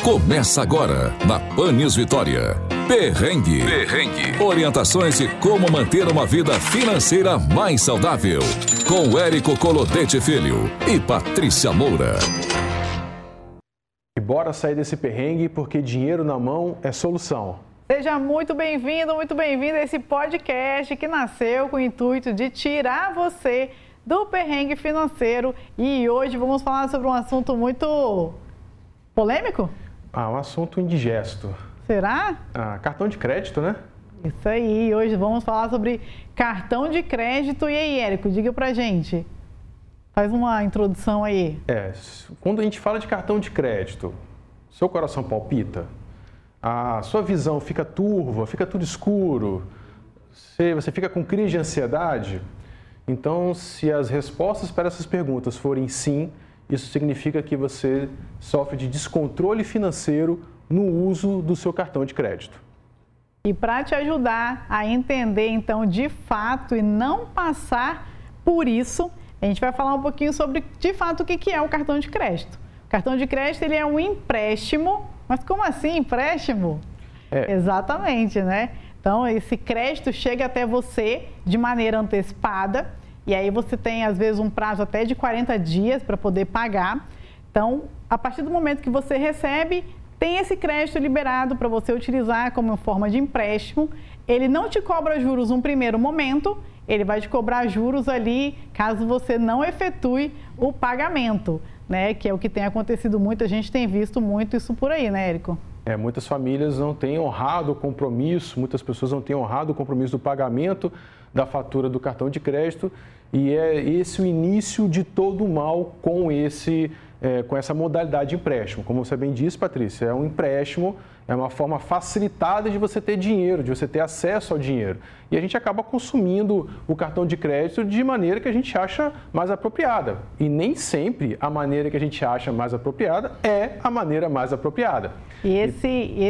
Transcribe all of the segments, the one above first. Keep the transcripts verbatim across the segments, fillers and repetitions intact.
Começa agora na Pan News Vitória. Perrengue. Perrengue. Orientações de como manter uma vida financeira mais saudável. Com Érico Colodete Filho e Patrícia Moura. E bora sair desse perrengue, porque dinheiro na mão é solução. Seja muito bem-vindo, muito bem-vindo a esse podcast que nasceu com o intuito de tirar você do perrengue financeiro. E hoje vamos falar sobre um assunto muito polêmico? Ah, um assunto indigesto. Será? Ah, cartão de crédito, né? Isso aí, hoje vamos falar sobre cartão de crédito. E aí, Érico, diga pra gente. Faz uma introdução aí. É, quando a gente fala de cartão de crédito, seu coração palpita? A sua visão fica turva, fica tudo escuro? Você, você fica com crise de ansiedade? Então, se as respostas para essas perguntas forem sim, isso significa que você sofre de descontrole financeiro no uso do seu cartão de crédito. E para te ajudar a entender, então, de fato e não passar por isso, a gente vai falar um pouquinho sobre, de fato, o que é o cartão de crédito. O cartão de crédito ele é um empréstimo, mas como assim empréstimo? É. Exatamente, né? Então, esse crédito chega até você de maneira antecipada e aí você tem, às vezes, um prazo até de quarenta dias para poder pagar. Então, a partir do momento que você recebe, tem esse crédito liberado para você utilizar como forma de empréstimo. Ele não te cobra juros num primeiro momento, ele vai te cobrar juros ali caso você não efetue o pagamento, né? Que é o que tem acontecido muito, a gente tem visto muito isso por aí, né, Érico? É, muitas famílias não têm honrado o compromisso, muitas pessoas não têm honrado o compromisso do pagamento da fatura do cartão de crédito e é esse o início de todo o mal com, esse, é, com essa modalidade de empréstimo. Como você bem disse, Patrícia, é um empréstimo, é uma forma facilitada de você ter dinheiro, de você ter acesso ao dinheiro. E a gente acaba consumindo o cartão de crédito de maneira que a gente acha mais apropriada. E nem sempre a maneira que a gente acha mais apropriada é a maneira mais apropriada. E esse,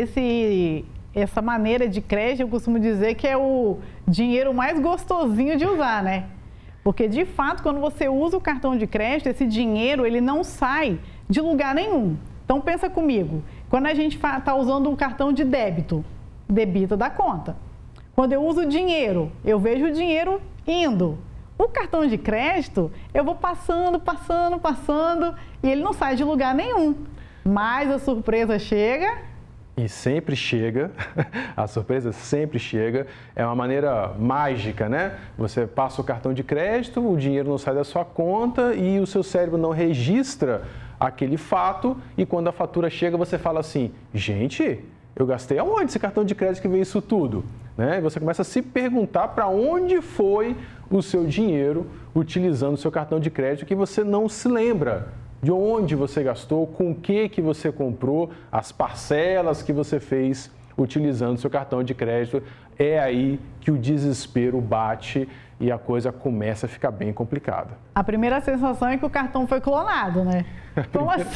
esse, essa maneira de crédito, eu costumo dizer que é o dinheiro mais gostosinho de usar, né? Porque, de fato, quando você usa o cartão de crédito, esse dinheiro ele não sai de lugar nenhum. Então, pensa comigo, quando a gente está usando um cartão de débito, debita da conta. Quando eu uso dinheiro, eu vejo o dinheiro indo. O cartão de crédito, eu vou passando, passando, passando e ele não sai de lugar nenhum. Mas a surpresa chega... E sempre chega, a surpresa sempre chega, é uma maneira mágica, né? Você passa o cartão de crédito, o dinheiro não sai da sua conta e o seu cérebro não registra aquele fato e quando a fatura chega você fala assim, gente, eu gastei aonde esse cartão de crédito que veio isso tudo? Né? E você começa a se perguntar para onde foi o seu dinheiro utilizando o seu cartão de crédito que você não se lembra. De onde você gastou, com o que, que você comprou, as parcelas que você fez utilizando seu cartão de crédito. É aí que o desespero bate e a coisa começa a ficar bem complicada. A primeira sensação é que o cartão foi clonado, né? Como assim?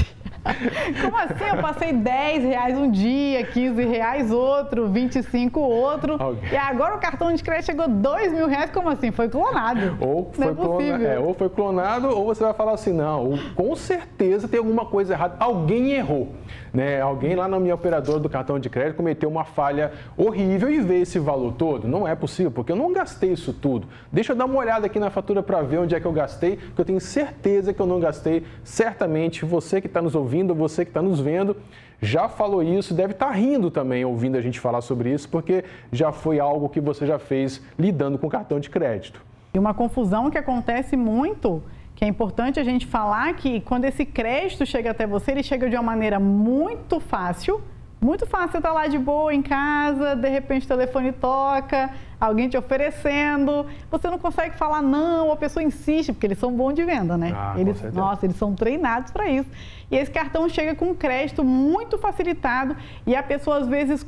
Como assim? Eu passei dez reais um dia, quinze reais outro, vinte e cinco outro. Okay. E agora o cartão de crédito chegou dois mil reais, como assim? Foi clonado. Ou foi, não é clona... é, ou foi clonado, ou você vai falar assim, não, com certeza tem alguma coisa errada. Alguém errou. Né? Alguém lá na minha operadora do cartão de crédito cometeu uma falha horrível e veio esse valor todo. Não é possível, porque eu não gastei isso tudo. Deixa eu dar uma olhada aqui na fatura para ver onde é que eu gastei, porque eu tenho certeza que eu não gastei. Certamente você que está nos ouvindo, você que está nos vendo, já falou isso, deve estar rindo também ouvindo a gente falar sobre isso, porque já foi algo que você já fez lidando com cartão de crédito. E uma confusão que acontece muito, que é importante a gente falar que quando esse crédito chega até você, ele chega de uma maneira muito fácil, muito fácil. Você está lá de boa em casa, de repente o telefone toca, alguém te oferecendo, você não consegue falar não, a pessoa insiste, porque eles são bons de venda, né? Ah, eles, nossa, eles são treinados para isso. E esse cartão chega com um crédito muito facilitado e a pessoa às vezes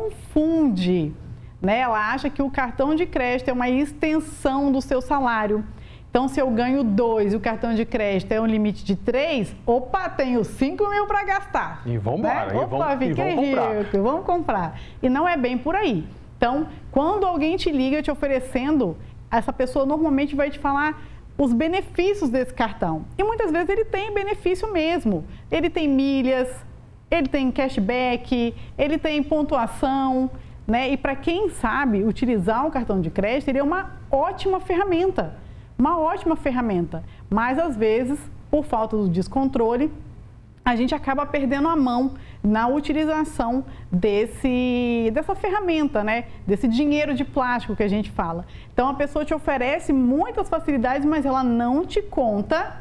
confunde, né? Ela acha que o cartão de crédito é uma extensão do seu salário. Então, se eu ganho dois e o cartão de crédito é um limite de três, opa, tenho cinco mil para gastar. E vamos embora. Né? Opa, vamos, fiquei rico, comprar. vamos comprar. E não é bem por aí. Então, quando alguém te liga te oferecendo, essa pessoa normalmente vai te falar os benefícios desse cartão. E muitas vezes ele tem benefício mesmo. Ele tem milhas, ele tem cashback, ele tem pontuação, né? E para quem sabe utilizar um cartão de crédito, ele é uma ótima ferramenta, uma ótima ferramenta. Mas às vezes, por falta do descontrole, a gente acaba perdendo a mão na utilização desse, dessa ferramenta, né? Desse dinheiro de plástico que a gente fala. Então, a pessoa te oferece muitas facilidades, mas ela não te conta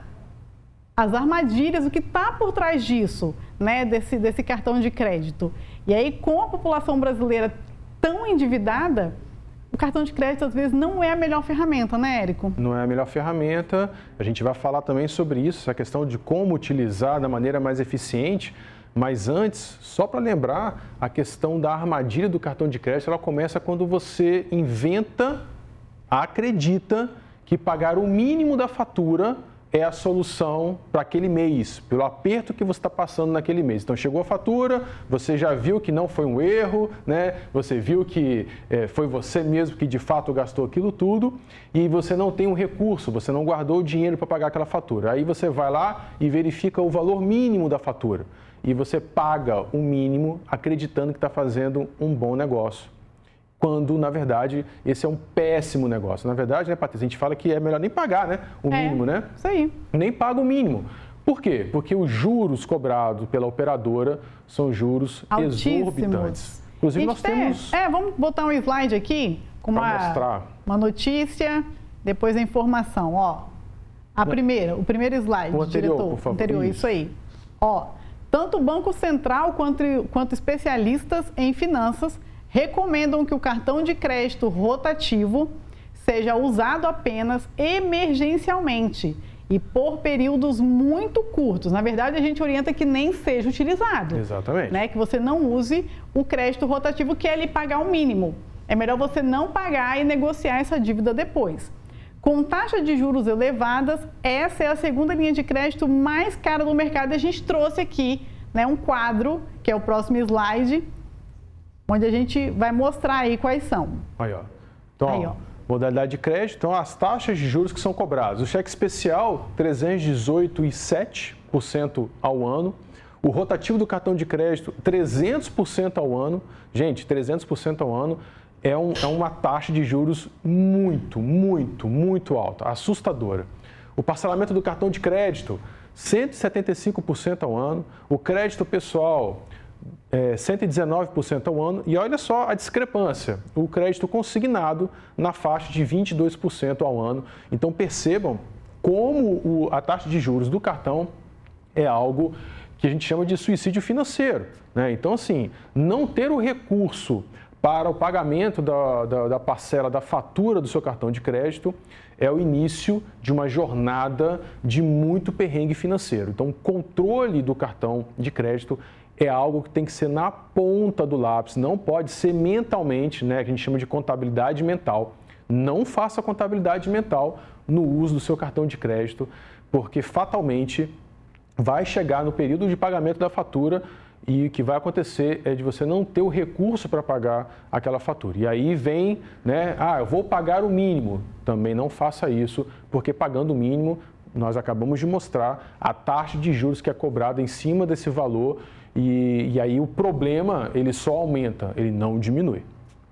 as armadilhas, o que está por trás disso, né? Desse, desse cartão de crédito. E aí, com a população brasileira tão endividada, o cartão de crédito, às vezes, não é a melhor ferramenta, né, Érico? Não é a melhor ferramenta. A gente vai falar também sobre isso, essa questão de como utilizar da maneira mais eficiente. Mas antes, só para lembrar, a questão da armadilha do cartão de crédito, ela começa quando você inventa, acredita que pagar o mínimo da fatura é a solução para aquele mês, pelo aperto que você está passando naquele mês. Então, chegou a fatura, você já viu que não foi um erro, né? Você viu que é, foi você mesmo que de fato gastou aquilo tudo e você não tem um recurso, você não guardou o dinheiro para pagar aquela fatura. Aí você vai lá e verifica o valor mínimo da fatura e você paga o mínimo acreditando que está fazendo um bom negócio. Quando, na verdade, esse é um péssimo negócio. Na verdade, né, Patrícia, a gente fala que é melhor nem pagar, né, o mínimo, é, né? Isso aí. Nem paga o mínimo. Por quê? Porque os juros cobrados pela operadora são juros altíssimos, exorbitantes. Inclusive, nós tem, temos... É, vamos botar um slide aqui com uma, uma notícia, depois a informação. Ó, a primeira, o primeiro slide, o anterior, diretor. por favor. Anterior, isso. isso aí. Ó, tanto o Banco Central quanto, quanto especialistas em finanças recomendam que o cartão de crédito rotativo seja usado apenas emergencialmente e por períodos muito curtos. Na verdade, a gente orienta que nem seja utilizado. Exatamente. Né? Que você não use o crédito rotativo, que é ele pagar o mínimo. É melhor você não pagar e negociar essa dívida depois. Com taxa de juros elevadas, essa é a segunda linha de crédito mais cara do mercado. A gente trouxe aqui, né, um quadro, que é o próximo slide, onde a gente vai mostrar aí quais são. Aí, ó. Então, aí, ó, ó. modalidade de crédito, então as taxas de juros que são cobradas. O cheque especial, trezentos e dezoito vírgula sete por cento ao ano. O rotativo do cartão de crédito, trezentos por cento ao ano. Gente, trezentos por cento ao ano é, um, é uma taxa de juros muito, muito, muito alta, assustadora. O parcelamento do cartão de crédito, cento e setenta e cinco por cento ao ano. O crédito pessoal, É, cento e dezenove por cento ao ano, e olha só a discrepância, o crédito consignado na faixa de vinte e dois por cento ao ano. Então percebam como o, a taxa de juros do cartão é algo que a gente chama de suicídio financeiro, né? Então, assim, não ter o recurso para o pagamento da, da, da parcela da fatura do seu cartão de crédito é o início de uma jornada de muito perrengue financeiro. Então, o controle do cartão de crédito é algo que tem que ser na ponta do lápis, não pode ser mentalmente, né, que a gente chama de contabilidade mental. Não faça contabilidade mental no uso do seu cartão de crédito, porque fatalmente vai chegar no período de pagamento da fatura e o que vai acontecer é de você não ter o recurso para pagar aquela fatura. E aí vem, né, ah, eu vou pagar o mínimo. Também não faça isso, porque pagando o mínimo, nós acabamos de mostrar a taxa de juros que é cobrada em cima desse valor. E, e aí o problema, ele só aumenta, ele não diminui.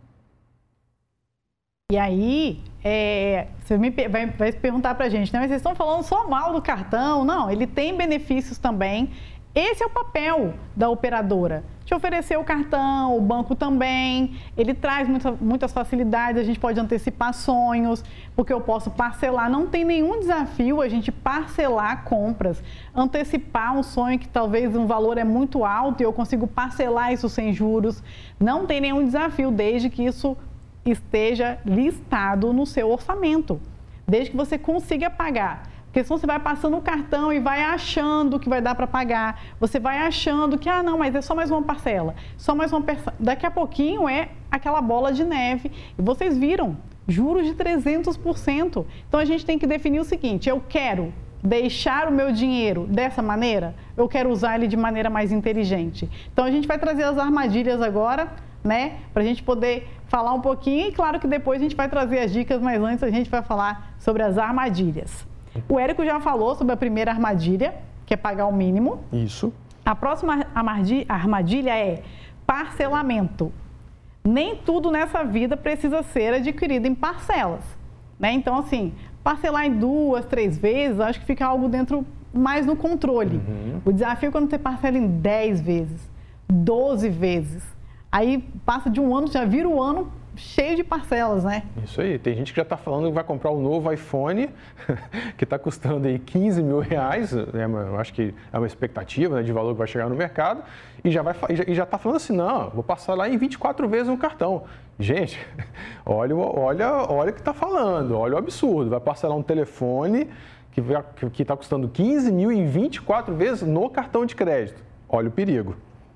E aí, é, você me, vai, vai perguntar pra gente, né? Mas vocês estão falando só mal do cartão? Não, ele tem benefícios também. Esse é o papel da operadora, te oferecer o cartão, o banco também, ele traz muita, muitas facilidades, a gente pode antecipar sonhos, porque eu posso parcelar, não tem nenhum desafio a gente parcelar compras, antecipar um sonho que talvez um valor é muito alto e eu consigo parcelar isso sem juros, não tem nenhum desafio desde que isso esteja listado no seu orçamento, desde que você consiga pagar. Porque senão você vai passando o cartão e vai achando que vai dar para pagar. Você vai achando que, ah, não, mas é só mais uma parcela. Só mais uma parcela. Daqui a pouquinho é aquela bola de neve. E vocês viram, juros de trezentos por cento. Então, a gente tem que definir o seguinte, eu quero deixar o meu dinheiro dessa maneira? Eu quero usar ele de maneira mais inteligente. Então, a gente vai trazer as armadilhas agora, né? Para a gente poder falar um pouquinho. E claro que depois a gente vai trazer as dicas, mas antes a gente vai falar sobre as armadilhas. O Érico já falou sobre a primeira armadilha, que é pagar o mínimo. Isso. A próxima armadilha é parcelamento. Nem tudo nessa vida precisa ser adquirido em parcelas, né? Então, assim, parcelar em duas, três vezes, acho que fica algo dentro mais no controle. Uhum. O desafio é quando você parcela em dez vezes, doze vezes. Aí passa de um ano, já vira o ano cheio de parcelas, né? Isso aí. Tem gente que já está falando que vai comprar um novo iPhone, que está custando aí quinze mil reais, né? Eu acho que é uma expectativa, né, de valor que vai chegar no mercado, e já vai e já está falando assim, não, vou passar lá em vinte e quatro vezes no cartão. Gente, olha, olha, olha o que está falando, olha o absurdo. Vai parcelar um telefone que está custando quinze mil em vinte e quatro vezes no cartão de crédito. Olha o perigo.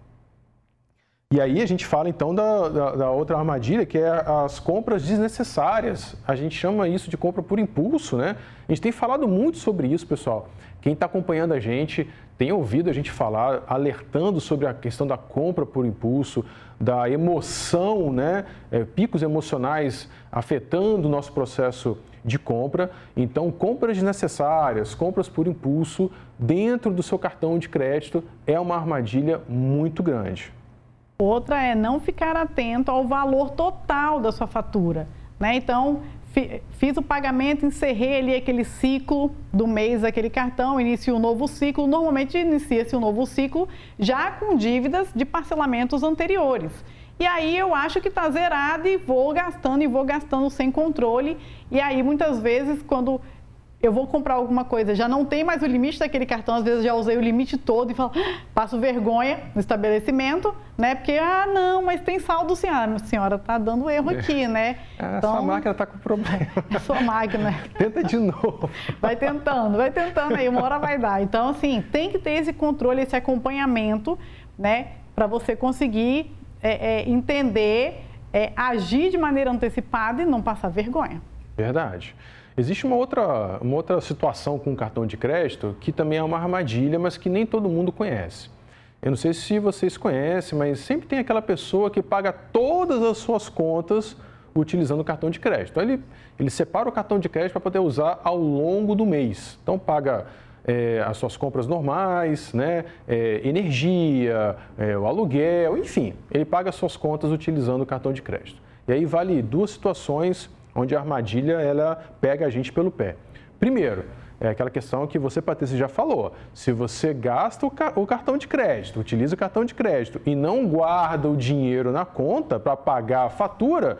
E aí a gente fala então da, da, da outra armadilha, que é as compras desnecessárias. A gente chama isso de compra por impulso, né? A gente tem falado muito sobre isso, pessoal. Quem está acompanhando a gente tem ouvido a gente falar, alertando sobre a questão da compra por impulso, da emoção, né? É, picos emocionais afetando o nosso processo de compra. Então, compras desnecessárias, compras por impulso dentro do seu cartão de crédito é uma armadilha muito grande. Outra é não ficar atento ao valor total da sua fatura, né? Então, fiz o pagamento, encerrei ali aquele ciclo do mês daquele cartão, inicio um novo ciclo. Normalmente, inicia-se um novo ciclo já com dívidas de parcelamentos anteriores. E aí eu acho que está zerado e vou gastando e vou gastando sem controle. E aí, muitas vezes, quando eu vou comprar alguma coisa, já não tem mais o limite daquele cartão, às vezes já usei o limite todo e falo, passo vergonha no estabelecimento, né? Porque, ah, não, mas tem saldo sim. Ah, senhora, tá dando erro aqui, né? Ah, então, sua máquina tá com problema. É sua máquina. Tenta de novo. Vai tentando, vai tentando aí, uma hora vai dar. Então, assim, tem que ter esse controle, esse acompanhamento, né? Para você conseguir é, é, entender, é, agir de maneira antecipada e não passar vergonha. Verdade. Existe uma outra, uma outra situação com o cartão de crédito que também é uma armadilha, mas que nem todo mundo conhece. Eu não sei se vocês conhecem, mas sempre tem aquela pessoa que paga todas as suas contas utilizando o cartão de crédito. Então, ele, ele separa o cartão de crédito para poder usar ao longo do mês. Então, paga é, as suas compras normais, né, é, energia, é, o aluguel, enfim. Ele paga as suas contas utilizando o cartão de crédito. E aí vale duas situações onde a armadilha ela pega a gente pelo pé. Primeiro, é aquela questão que você, Patrícia, já falou. Se você gasta o, ca o cartão de crédito, utiliza o cartão de crédito e não guarda o dinheiro na conta para pagar a fatura,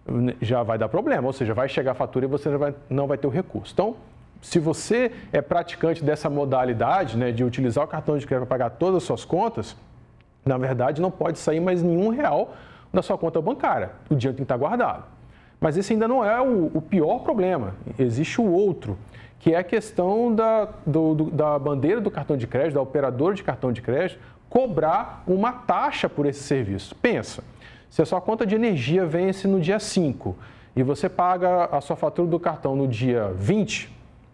já vai dar problema. Ou seja, vai chegar a fatura e você não vai, não vai ter o recurso. Então, se você é praticante dessa modalidade, né, de utilizar o cartão de crédito para pagar todas as suas contas, na verdade, não pode sair mais nenhum real da sua conta bancária. O dinheiro tem que estar guardado. Mas esse ainda não é o, o pior problema. Existe o outro, que é a questão da, do, do, da bandeira do cartão de crédito, da operadora de cartão de crédito, cobrar uma taxa por esse serviço. Pensa, se a sua conta de energia vence no dia cinco e você paga a sua fatura do cartão no dia vinte,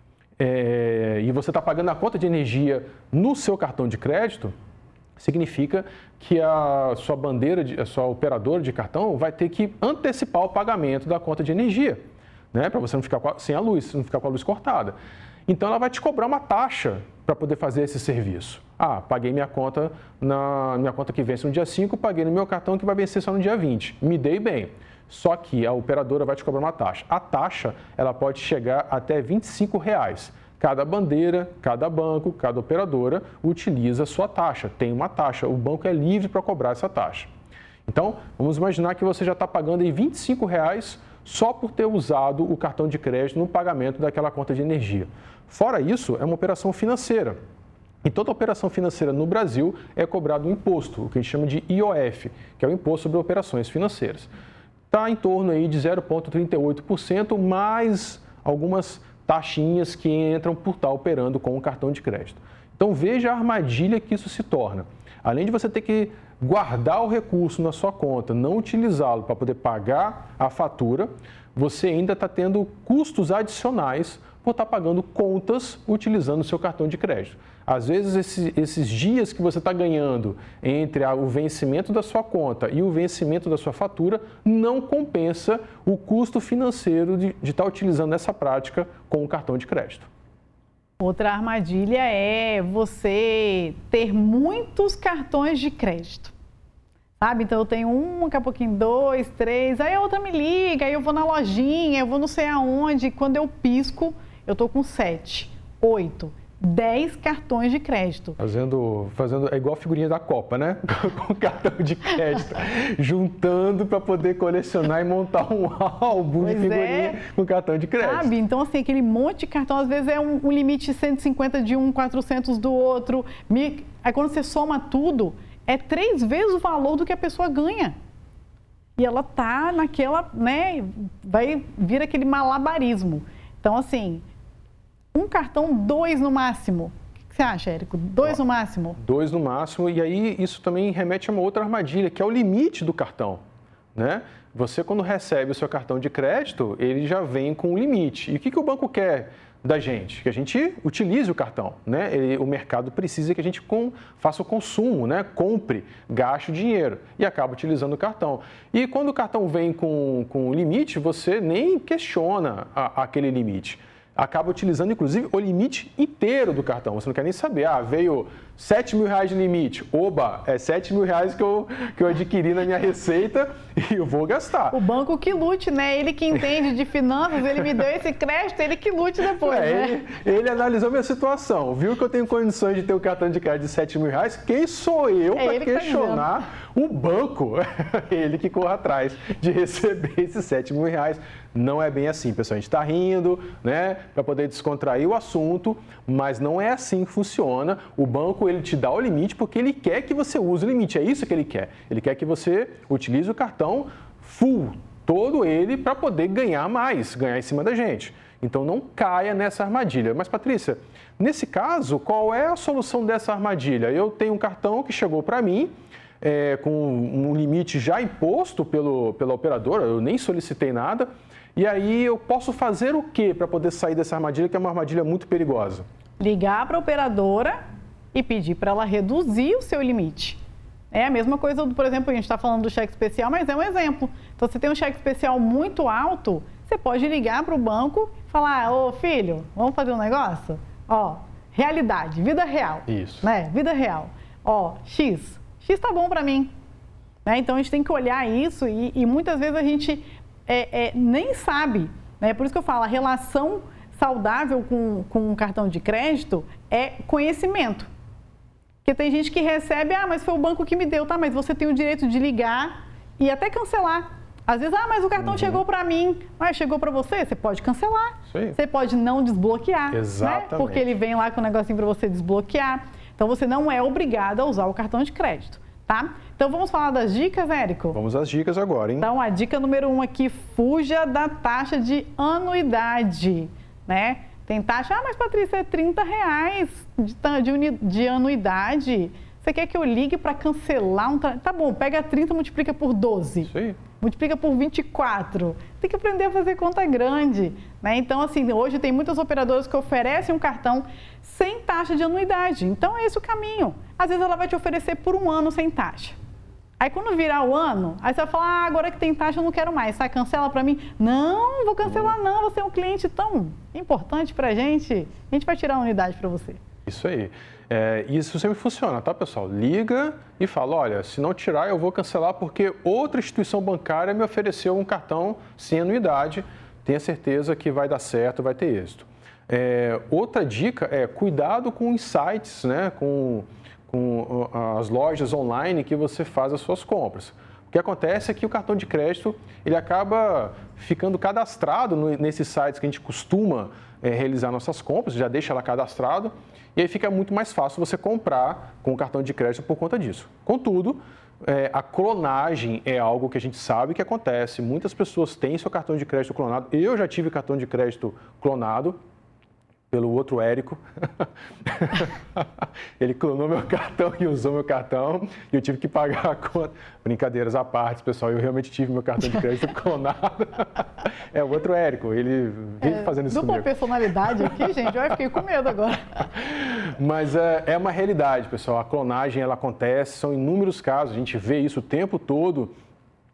é, e você está pagando a conta de energia no seu cartão de crédito, significa que a sua bandeira, de, a sua operadora de cartão vai ter que antecipar o pagamento da conta de energia, né? Para você não ficar sem a luz, não ficar com a luz cortada. Então, ela vai te cobrar uma taxa para poder fazer esse serviço. Ah, paguei minha conta, na minha conta que vence no dia cinco, paguei no meu cartão que vai vencer só no dia vinte. Me dei bem. Só que a operadora vai te cobrar uma taxa. A taxa, ela pode chegar até vinte e cinco reais. Cada bandeira, cada banco, cada operadora utiliza a sua taxa, tem uma taxa, o banco é livre para cobrar essa taxa. Então, vamos imaginar que você já está pagando aí vinte e cinco reais só por ter usado o cartão de crédito no pagamento daquela conta de energia. Fora isso, é uma operação financeira. E toda operação financeira no Brasil é cobrado um imposto, o que a gente chama de I O F, que é o Imposto sobre Operações Financeiras. Está em torno aí de zero vírgula trinta e oito por cento, mais algumas taxinhas que entram por estar operando com o cartão de crédito. Então, veja a armadilha que isso se torna. Além de você ter que guardar o recurso na sua conta, não utilizá-lo para poder pagar a fatura, você ainda está tendo custos adicionais por estar pagando contas utilizando o seu cartão de crédito. Às vezes, esse, esses dias que você está ganhando entre a, o vencimento da sua conta e o vencimento da sua fatura não compensa o custo financeiro de, de estar utilizando essa prática com o cartão de crédito. Outra armadilha é você ter muitos cartões de crédito. Sabe? Então eu tenho um, daqui a pouquinho dois, três, aí a outra me liga, aí eu vou na lojinha, eu vou não sei aonde, quando eu pisco, eu tô com sete, oito, dez cartões de crédito. Fazendo, fazendo é igual a figurinha da Copa, né? Com cartão de crédito, juntando para poder colecionar e montar um álbum pois de figurinha é. com cartão de crédito. Sabe? Então, assim, aquele monte de cartão, às vezes é um, um limite de cento e cinquenta de um, quatrocentos do outro. Aí quando você soma tudo, é três vezes o valor do que a pessoa ganha. E ela tá naquela, né? Vai vir aquele malabarismo. Então, assim, um cartão, dois no máximo. O que você acha, Érico? Dois no máximo? Dois no máximo. E aí isso também remete a uma outra armadilha, que é o limite do cartão, né? Você, quando recebe o seu cartão de crédito, ele já vem com um limite. E o que, que o banco quer da gente? Que a gente utilize o cartão, né? Ele, o mercado precisa que a gente com, faça o consumo, né? Compre, gaste o dinheiro e acaba utilizando o cartão. E quando o cartão vem com, com limite, você nem questiona a, aquele limite. Acaba utilizando, inclusive, o limite inteiro do cartão. Você não quer nem saber, ah, veio sete mil reais de limite. Oba, é sete mil reais que eu, que eu adquiri na minha receita e eu vou gastar. O banco que lute, né? Ele que entende de finanças, ele me deu esse crédito, ele que lute depois, é, né? Ele, ele analisou minha situação, viu que eu tenho condições de ter um cartão de crédito de sete mil reais. Quem sou eu é para questionar tá o banco? Ele que corre atrás de receber esses sete mil reais. Não é bem assim, pessoal. A gente está rindo, né, para poder descontrair o assunto, mas não é assim que funciona. O banco, ele te dá o limite porque ele quer que você use o limite. É isso que ele quer. Ele quer que você utilize o cartão full, todo ele, para poder ganhar mais, ganhar em cima da gente. Então, não caia nessa armadilha. Mas, Patrícia, nesse caso, qual é a solução dessa armadilha? Eu tenho um cartão que chegou para mim, é, com um limite já imposto pelo, pela operadora, eu nem solicitei nada. E aí eu posso fazer o que para poder sair dessa armadilha, que é uma armadilha muito perigosa? Ligar para a operadora e pedir para ela reduzir o seu limite. É a mesma coisa, por exemplo, a gente está falando do cheque especial, mas é um exemplo. Então, se você tem um cheque especial muito alto, você pode ligar para o banco e falar, ô filho, vamos fazer um negócio? Ó, realidade, vida real. Isso. Né? Vida real. Ó, X. X tá bom para mim. Né? Então, a gente tem que olhar isso e, e muitas vezes a gente... É, é, nem sabe, né? Por isso que eu falo, a relação saudável com, com um cartão de crédito é conhecimento. Porque tem gente que recebe, ah, mas foi o banco que me deu, tá? Mas você tem o direito de ligar e até cancelar. Às vezes, ah, mas o cartão uhum. chegou para mim, mas chegou para você, você pode cancelar. Sim. Você pode não desbloquear, exatamente, né? Porque ele vem lá com um negocinho para você desbloquear. Então, você não é obrigado a usar o cartão de crédito, tá? Então, vamos falar das dicas, Érico? Vamos às dicas agora, hein? Então, a dica número um aqui, fuja da taxa de anuidade, né? Tem taxa, ah, mas Patrícia, é trinta reais de, de, de anuidade. Você quer que eu ligue para cancelar um... Tá bom, pega trinta, multiplica por doze. Sim. Multiplica por vinte e quatro. Tem que aprender a fazer conta grande, né? Então, assim, hoje tem muitas operadoras que oferecem um cartão sem taxa de anuidade. Então, é esse o caminho. Às vezes, ela vai te oferecer por um ano sem taxa. Aí, quando virar o ano, aí você vai falar, ah, agora que tem taxa, eu não quero mais. Sai, cancela para mim. Não, vou cancelar não. Você é um cliente tão importante para a gente. A gente vai tirar a unidade para você. Isso aí. É, isso sempre funciona, tá, pessoal? Liga e fala, olha, se não tirar, eu vou cancelar porque outra instituição bancária me ofereceu um cartão sem anuidade. Tenha certeza que vai dar certo, vai ter êxito. É, outra dica é cuidado com os sites, né, com, com as lojas online que você faz as suas compras. O que acontece é que o cartão de crédito ele acaba ficando cadastrado no, nesses sites que a gente costuma é, realizar nossas compras, já deixa lá cadastrado, e aí fica muito mais fácil você comprar com o cartão de crédito por conta disso. Contudo, é, a clonagem é algo que a gente sabe que acontece. Muitas pessoas têm seu cartão de crédito clonado. Eu já tive cartão de crédito clonado pelo outro Érico. Ele clonou meu cartão e usou meu cartão e eu tive que pagar a conta. Brincadeiras à parte, pessoal, eu realmente tive meu cartão de crédito clonado. É o outro Érico, ele vive é, fazendo isso dupla comigo. personalidade aqui, gente, eu fiquei com medo agora. Mas é, é uma realidade, pessoal, a clonagem ela acontece, são inúmeros casos, a gente vê isso o tempo todo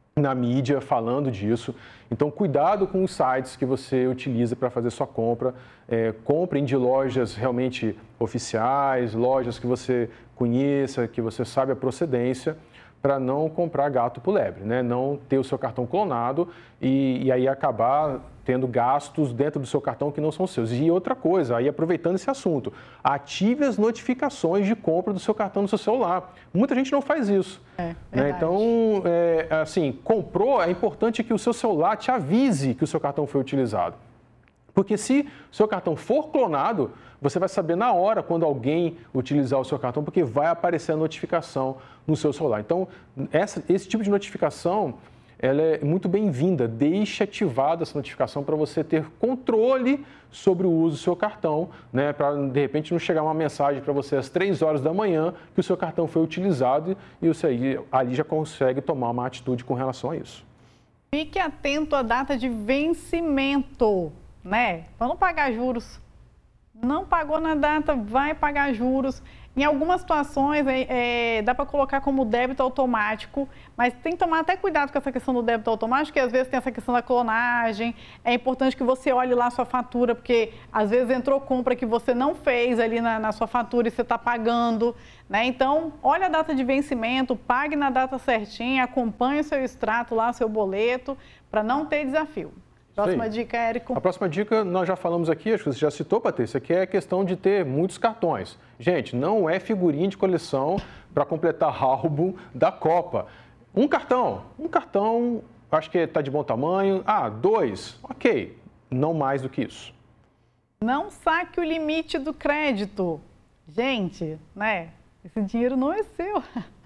na mídia falando disso. Então, cuidado com os sites que você utiliza para fazer sua compra. É, comprem de lojas realmente oficiais, lojas que você conheça, que você sabe a procedência, para não comprar gato por lebre, né? Não ter o seu cartão clonado e, e aí acabar tendo gastos dentro do seu cartão que não são seus. E outra coisa, aí aproveitando esse assunto, ative as notificações de compra do seu cartão no seu celular. Muita gente não faz isso. É, né? Então, é, assim, comprou, é importante que o seu celular te avise que o seu cartão foi utilizado. Porque se o seu cartão for clonado, você vai saber na hora quando alguém utilizar o seu cartão, porque vai aparecer a notificação no seu celular. Então, essa, esse tipo de notificação, ela é muito bem-vinda. Deixe ativada essa notificação para você ter controle sobre o uso do seu cartão, né? Para, de repente, não chegar uma mensagem para você às três horas da manhã que o seu cartão foi utilizado e você aí, ali já consegue tomar uma atitude com relação a isso. Fique atento à data de vencimento, né? Para não pagar juros. Não pagou na data, vai pagar juros. Em algumas situações, é, é, dá para colocar como débito automático, mas tem que tomar até cuidado com essa questão do débito automático, porque às vezes tem essa questão da clonagem. É importante que você olhe lá a sua fatura, porque às vezes entrou compra que você não fez ali na, na sua fatura e você está pagando, né? Então, olha a data de vencimento, pague na data certinha, acompanhe o seu extrato lá, seu boleto, para não ter desafio. Próxima dica, Érico. A próxima dica, nós já falamos aqui, acho que você já citou, Patrícia, que é a questão de ter muitos cartões. Gente, não é figurinha de coleção para completar álbum da Copa. Um cartão, um cartão, acho que está de bom tamanho. Ah, dois, ok, não mais do que isso. Não saque o limite do crédito. Gente, né, esse dinheiro não é seu.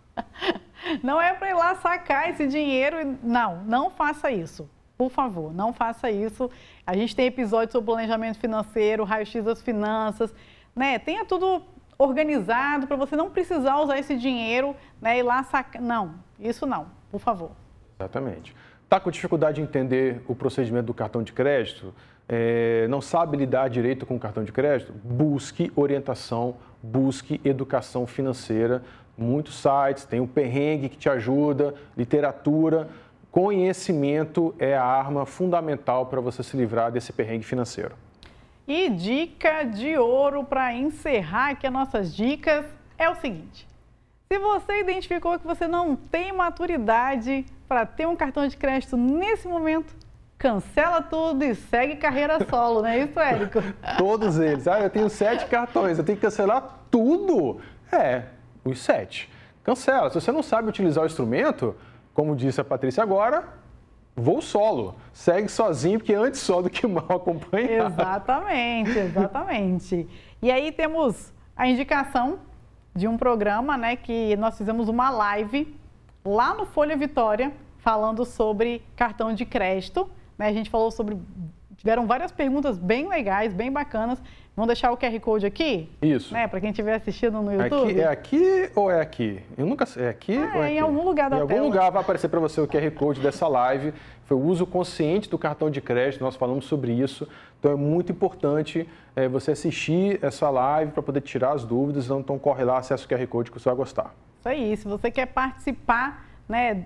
Não é para ir lá sacar esse dinheiro. Não, não faça isso. Por favor, não faça isso. A gente tem episódios sobre planejamento financeiro, raio-x das finanças, né? Tenha tudo organizado para você não precisar usar esse dinheiro, né? E lá sacar. Não, isso não, por favor. Exatamente. Está com dificuldade de entender o procedimento do cartão de crédito? É, não sabe lidar direito com o cartão de crédito? Busque orientação, busque educação financeira. Muitos sites, tem o Perrengue que te ajuda, literatura. Conhecimento é a arma fundamental para você se livrar desse perrengue financeiro. E dica de ouro para encerrar aqui as nossas dicas é o seguinte: se você identificou que você não tem maturidade para ter um cartão de crédito nesse momento, cancela tudo e segue carreira solo, não é isso, Érico? Todos eles. Ah, eu tenho sete cartões, eu tenho que cancelar tudo? É, os sete. Cancela. Se você não sabe utilizar o instrumento, como disse a Patrícia agora, voo solo. Segue sozinho, porque antes só do que mal acompanhado. Exatamente, exatamente. E aí temos a indicação de um programa, né, que nós fizemos uma live lá no Folha Vitória, falando sobre cartão de crédito. Né? A gente falou sobre... Tiveram várias perguntas bem legais, bem bacanas. Vamos deixar o Q R Code aqui? Isso. Né? Para quem estiver assistindo no YouTube. Aqui, é aqui ou é aqui? Eu nunca sei. É aqui ah, ou é em aqui? algum lugar da Em tela. algum lugar vai aparecer para você o Q R Code dessa live. Foi o uso consciente do cartão de crédito. Nós falamos sobre isso. Então é muito importante é, você assistir essa live para poder tirar as dúvidas. Então corre lá, acessa o Q R Code que você vai gostar. Isso aí. Se você quer participar, né?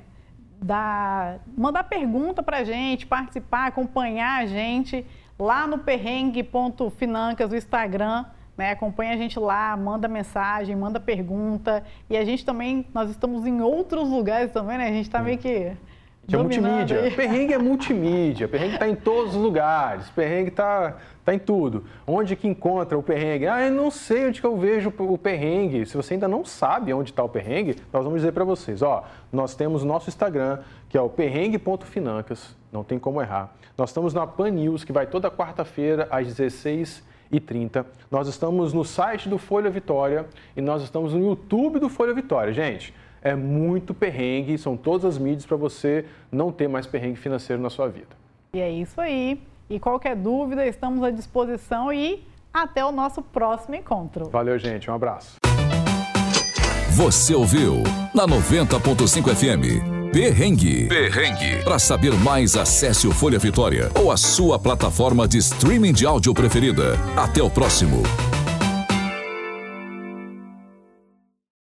Da... Mandar pergunta para a gente, participar, acompanhar a gente lá no perrengue ponto financas, o Instagram, né? Acompanha a gente lá, manda mensagem, manda pergunta. E a gente também, nós estamos em outros lugares também, né? A gente está meio que É multimídia. Aí. Perrengue é multimídia. Perrengue está em todos os lugares. Perrengue está tá em tudo. Onde que encontra o perrengue? Ah, eu não sei onde que eu vejo o perrengue. Se você ainda não sabe onde está o perrengue, nós vamos dizer para vocês. Ó, nós temos o nosso Instagram, que é o perrengue ponto financas. Não tem como errar. Nós estamos na Pan News, que vai toda quarta-feira às dezesseis e trinta. Nós estamos no site do Folha Vitória e nós estamos no YouTube do Folha Vitória. Gente, é muito perrengue, são todas as mídias para você não ter mais perrengue financeiro na sua vida. E é isso aí. E qualquer dúvida, estamos à disposição e até o nosso próximo encontro. Valeu, gente. Um abraço. Você ouviu na noventa ponto cinco F M. Perrengue. Perrengue. Para saber mais, acesse o Folha Vitória ou a sua plataforma de streaming de áudio preferida. Até o próximo.